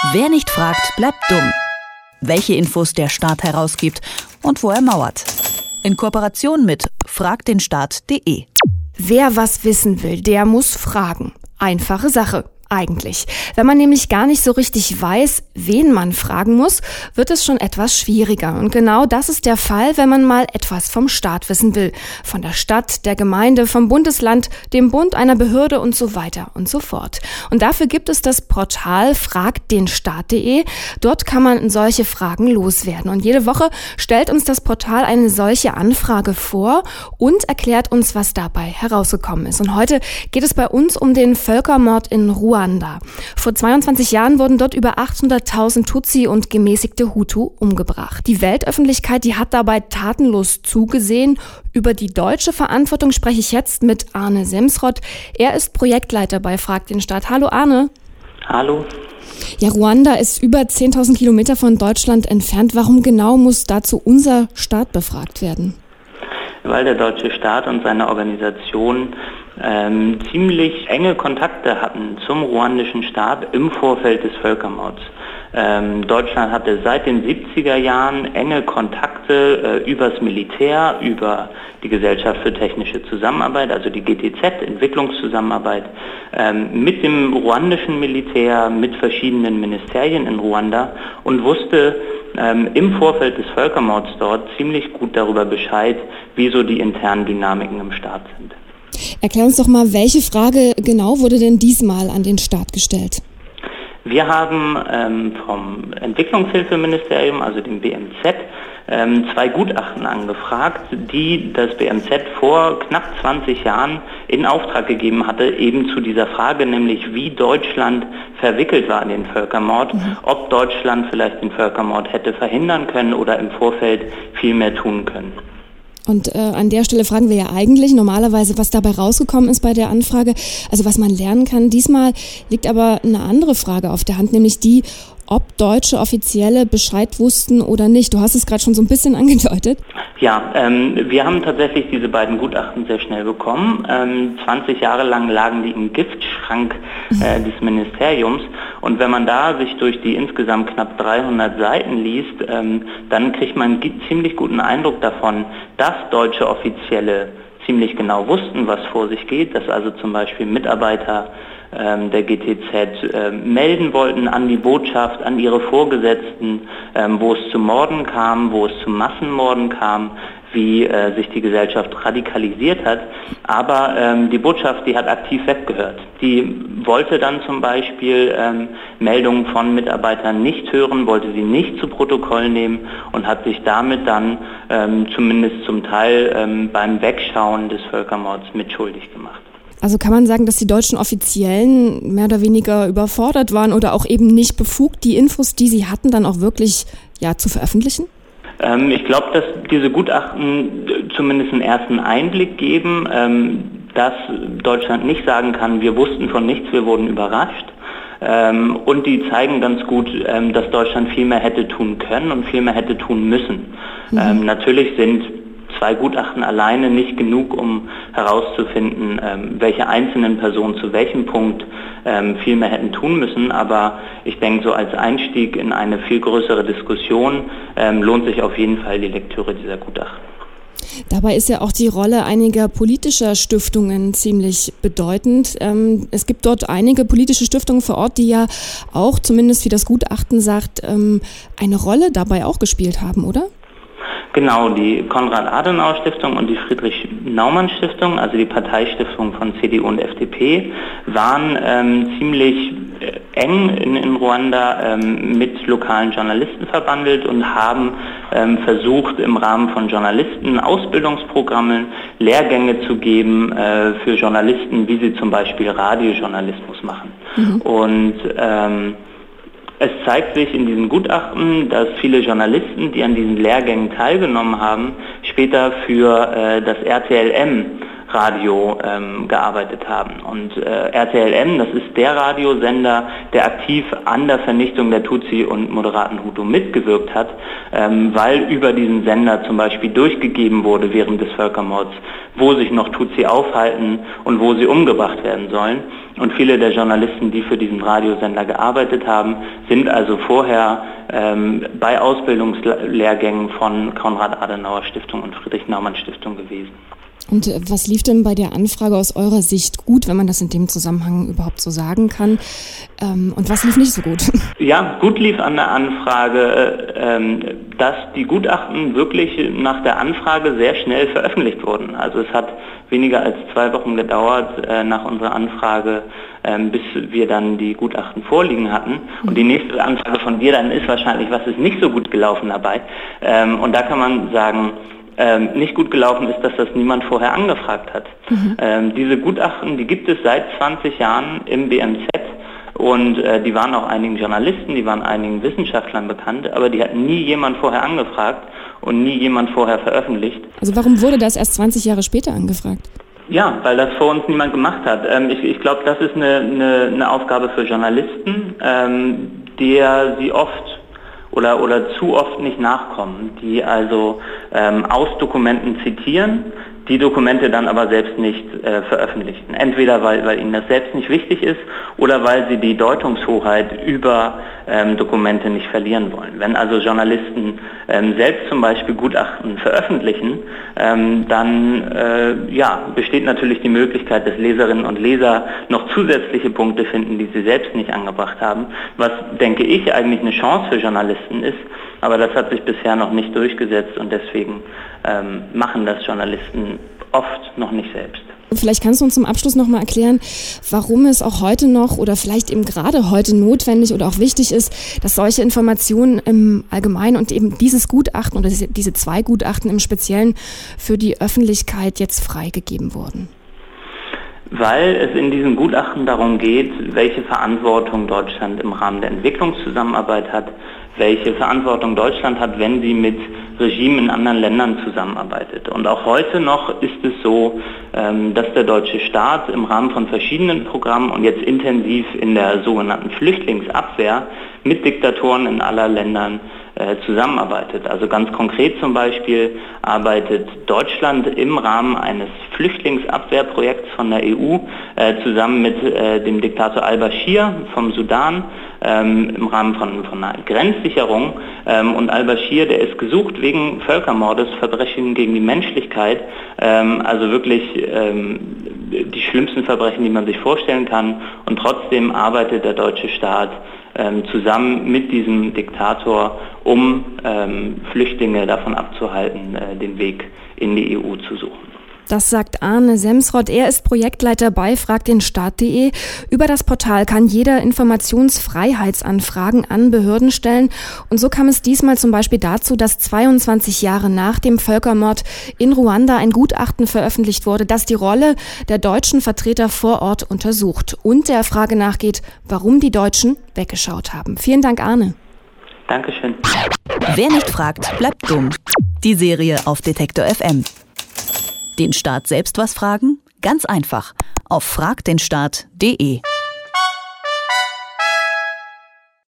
Wer nicht fragt, bleibt dumm. Welche Infos der Staat herausgibt und wo er mauert. In Kooperation mit fragtdenstaat.de. Wer was wissen will, der muss fragen. Einfache Sache. Eigentlich. Wenn man nämlich gar nicht so richtig weiß, wen man fragen muss, wird es schon etwas schwieriger. Und genau das ist der Fall, wenn man mal etwas vom Staat wissen will. Von der Stadt, der Gemeinde, vom Bundesland, dem Bund, einer Behörde und so weiter und so fort. Und dafür gibt es das Portal fragtdenstaat.de. Dort kann man solche Fragen loswerden. Und jede Woche stellt uns das Portal eine solche Anfrage vor und erklärt uns, was dabei herausgekommen ist. Und heute geht es bei uns um den Völkermord in Ruanda. Vor 22 Jahren wurden dort über 800.000 Tutsi und gemäßigte Hutu umgebracht. Die Weltöffentlichkeit, die hat dabei tatenlos zugesehen. Über die deutsche Verantwortung spreche ich jetzt mit Arne Semsrott. Er ist Projektleiter bei Frag den Staat. Hallo Arne. Hallo. Ja, Ruanda ist über 10.000 Kilometer von Deutschland entfernt. Warum genau muss dazu unser Staat befragt werden? Weil der deutsche Staat und seine Organisation ziemlich enge Kontakte hatten zum ruandischen Staat im Vorfeld des Völkermords. Deutschland hatte seit den 70er Jahren enge Kontakte übers Militär, über die Gesellschaft für technische Zusammenarbeit, also die GTZ, Entwicklungszusammenarbeit, mit dem ruandischen Militär, mit verschiedenen Ministerien in Ruanda und wusste im Vorfeld des Völkermords dort ziemlich gut darüber Bescheid, wie so die internen Dynamiken im Staat sind. Erklär uns doch mal, welche Frage genau wurde denn diesmal an den Staat gestellt? Wir haben vom Entwicklungshilfeministerium, also dem BMZ, 2 Gutachten angefragt, die das BMZ vor knapp 20 Jahren in Auftrag gegeben hatte, eben zu dieser Frage, nämlich wie Deutschland verwickelt war in den Völkermord, ob Deutschland vielleicht den Völkermord hätte verhindern können oder im Vorfeld viel mehr tun können. Und an der Stelle fragen wir ja eigentlich normalerweise, was dabei rausgekommen ist bei der Anfrage, also was man lernen kann. Diesmal liegt aber eine andere Frage auf der Hand, nämlich die, ob deutsche Offizielle Bescheid wussten oder nicht. Du hast es gerade schon so ein bisschen angedeutet. Ja, wir haben tatsächlich diese beiden Gutachten sehr schnell bekommen. 20 Jahre lang lagen die im Giftschrank des Ministeriums. Und wenn man da sich durch die insgesamt knapp 300 Seiten liest, dann kriegt man einen ziemlich guten Eindruck davon, dass deutsche Offizielle ziemlich genau wussten, was vor sich geht, dass also zum Beispiel Mitarbeiter der GTZ melden wollten an die Botschaft, an ihre Vorgesetzten, wo es zu Morden kam, wo es zu Massenmorden kam, wie sich die Gesellschaft radikalisiert hat. Aber die Botschaft, die hat aktiv weggehört. Die wollte dann zum Beispiel Meldungen von Mitarbeitern nicht hören, wollte sie nicht zu Protokoll nehmen und hat sich damit dann zumindest zum Teil beim Wegschauen des Völkermords mitschuldig gemacht. Also kann man sagen, dass die deutschen Offiziellen mehr oder weniger überfordert waren oder auch eben nicht befugt, die Infos, die sie hatten, dann auch wirklich zu veröffentlichen? Ich glaube, dass diese Gutachten zumindest einen ersten Einblick geben, dass Deutschland nicht sagen kann, wir wussten von nichts, wir wurden überrascht. Und die zeigen ganz gut, dass Deutschland viel mehr hätte tun können und viel mehr hätte tun müssen. Natürlich sind 2 Gutachten alleine nicht genug, um herauszufinden, welche einzelnen Personen zu welchem Punkt viel mehr hätten tun müssen. Aber ich denke, so als Einstieg in eine viel größere Diskussion lohnt sich auf jeden Fall die Lektüre dieser Gutachten. Dabei ist ja auch die Rolle einiger politischer Stiftungen ziemlich bedeutend. Es gibt dort einige politische Stiftungen vor Ort, die ja auch, zumindest wie das Gutachten sagt, eine Rolle dabei auch gespielt haben, oder? Genau, die Konrad-Adenauer-Stiftung und die Friedrich-Naumann-Stiftung, also die Parteistiftung von CDU und FDP, waren ziemlich eng in Ruanda mit lokalen Journalisten verbandelt und haben versucht, im Rahmen von Journalisten-Ausbildungsprogrammen Lehrgänge zu geben für Journalisten, wie sie zum Beispiel Radiojournalismus machen. Und es zeigt sich in diesen Gutachten, dass viele Journalisten, die an diesen Lehrgängen teilgenommen haben, später für das RTLM-Radio gearbeitet haben. Und RTLM, das ist der Radiosender, der aktiv an der Vernichtung der Tutsi und moderaten Hutu mitgewirkt hat, weil über diesen Sender zum Beispiel durchgegeben wurde während des Völkermords, wo sich noch Tutsi aufhalten und wo sie umgebracht werden sollen. Und viele der Journalisten, die für diesen Radiosender gearbeitet haben, sind also vorher bei Ausbildungslehrgängen von Konrad-Adenauer-Stiftung und Friedrich-Naumann-Stiftung gewesen. Und was lief denn bei der Anfrage aus eurer Sicht gut, wenn man das in dem Zusammenhang überhaupt so sagen kann? Und was lief nicht so gut? Ja, gut lief an der Anfrage, dass die Gutachten wirklich nach der Anfrage sehr schnell veröffentlicht wurden. Also es hat weniger als 2 Wochen gedauert nach unserer Anfrage, bis wir dann die Gutachten vorliegen hatten. Und die nächste Anfrage von dir dann ist wahrscheinlich, was ist nicht so gut gelaufen dabei? Und da kann man sagen, nicht gut gelaufen ist, dass das niemand vorher angefragt hat. Diese Gutachten, die gibt es seit 20 Jahren im BMZ und die waren auch einigen Journalisten, die waren einigen Wissenschaftlern bekannt, aber die hat nie jemand vorher angefragt und nie jemand vorher veröffentlicht. Also warum wurde das erst 20 Jahre später angefragt? Ja, weil das vor uns niemand gemacht hat. Ich glaube, das ist eine Aufgabe für Journalisten, der sie oft oder zu oft nicht nachkommen, die also aus Dokumenten zitieren, die Dokumente dann aber selbst nicht veröffentlichen. Entweder weil ihnen das selbst nicht wichtig ist oder weil sie die Deutungshoheit über Dokumente nicht verlieren wollen. Wenn also Journalisten selbst zum Beispiel Gutachten veröffentlichen, dann besteht natürlich die Möglichkeit, dass Leserinnen und Leser noch zusätzliche Punkte finden, die sie selbst nicht angebracht haben, was, denke ich, eigentlich eine Chance für Journalisten ist, aber das hat sich bisher noch nicht durchgesetzt und deswegen machen das Journalisten oft noch nicht selbst. Vielleicht kannst du uns zum Abschluss noch mal erklären, warum es auch heute noch oder vielleicht eben gerade heute notwendig oder auch wichtig ist, dass solche Informationen im Allgemeinen und eben dieses Gutachten oder diese 2 Gutachten im Speziellen für die Öffentlichkeit jetzt freigegeben wurden. Weil es in diesen Gutachten darum geht, welche Verantwortung Deutschland im Rahmen der Entwicklungszusammenarbeit hat, welche Verantwortung Deutschland hat, wenn sie mit Regimen in anderen Ländern zusammenarbeitet. Und auch heute noch ist es so, dass der deutsche Staat im Rahmen von verschiedenen Programmen und jetzt intensiv in der sogenannten Flüchtlingsabwehr mit Diktatoren in aller Ländern zusammenarbeitet. Also ganz konkret zum Beispiel arbeitet Deutschland im Rahmen eines Flüchtlingsabwehrprojekts von der EU zusammen mit dem Diktator al-Bashir vom Sudan im Rahmen von einer Grenzsicherung. Und al-Bashir, der ist gesucht wegen Völkermordes, Verbrechen gegen die Menschlichkeit, also wirklich die schlimmsten Verbrechen, die man sich vorstellen kann. Und trotzdem arbeitet der deutsche Staat zusammen mit diesem Diktator, um Flüchtlinge davon abzuhalten, den Weg in die EU zu suchen. Das sagt Arne Semsrott. Er ist Projektleiter bei fragtdenstaat.de. Über das Portal kann jeder Informationsfreiheitsanfragen an Behörden stellen. Und so kam es diesmal zum Beispiel dazu, dass 22 Jahre nach dem Völkermord in Ruanda ein Gutachten veröffentlicht wurde, das die Rolle der deutschen Vertreter vor Ort untersucht und der Frage nachgeht, warum die Deutschen weggeschaut haben. Vielen Dank, Arne. Dankeschön. Wer nicht fragt, bleibt dumm. Die Serie auf Detektor FM. Den Staat selbst was fragen? Ganz einfach. Auf fragdenstaat.de.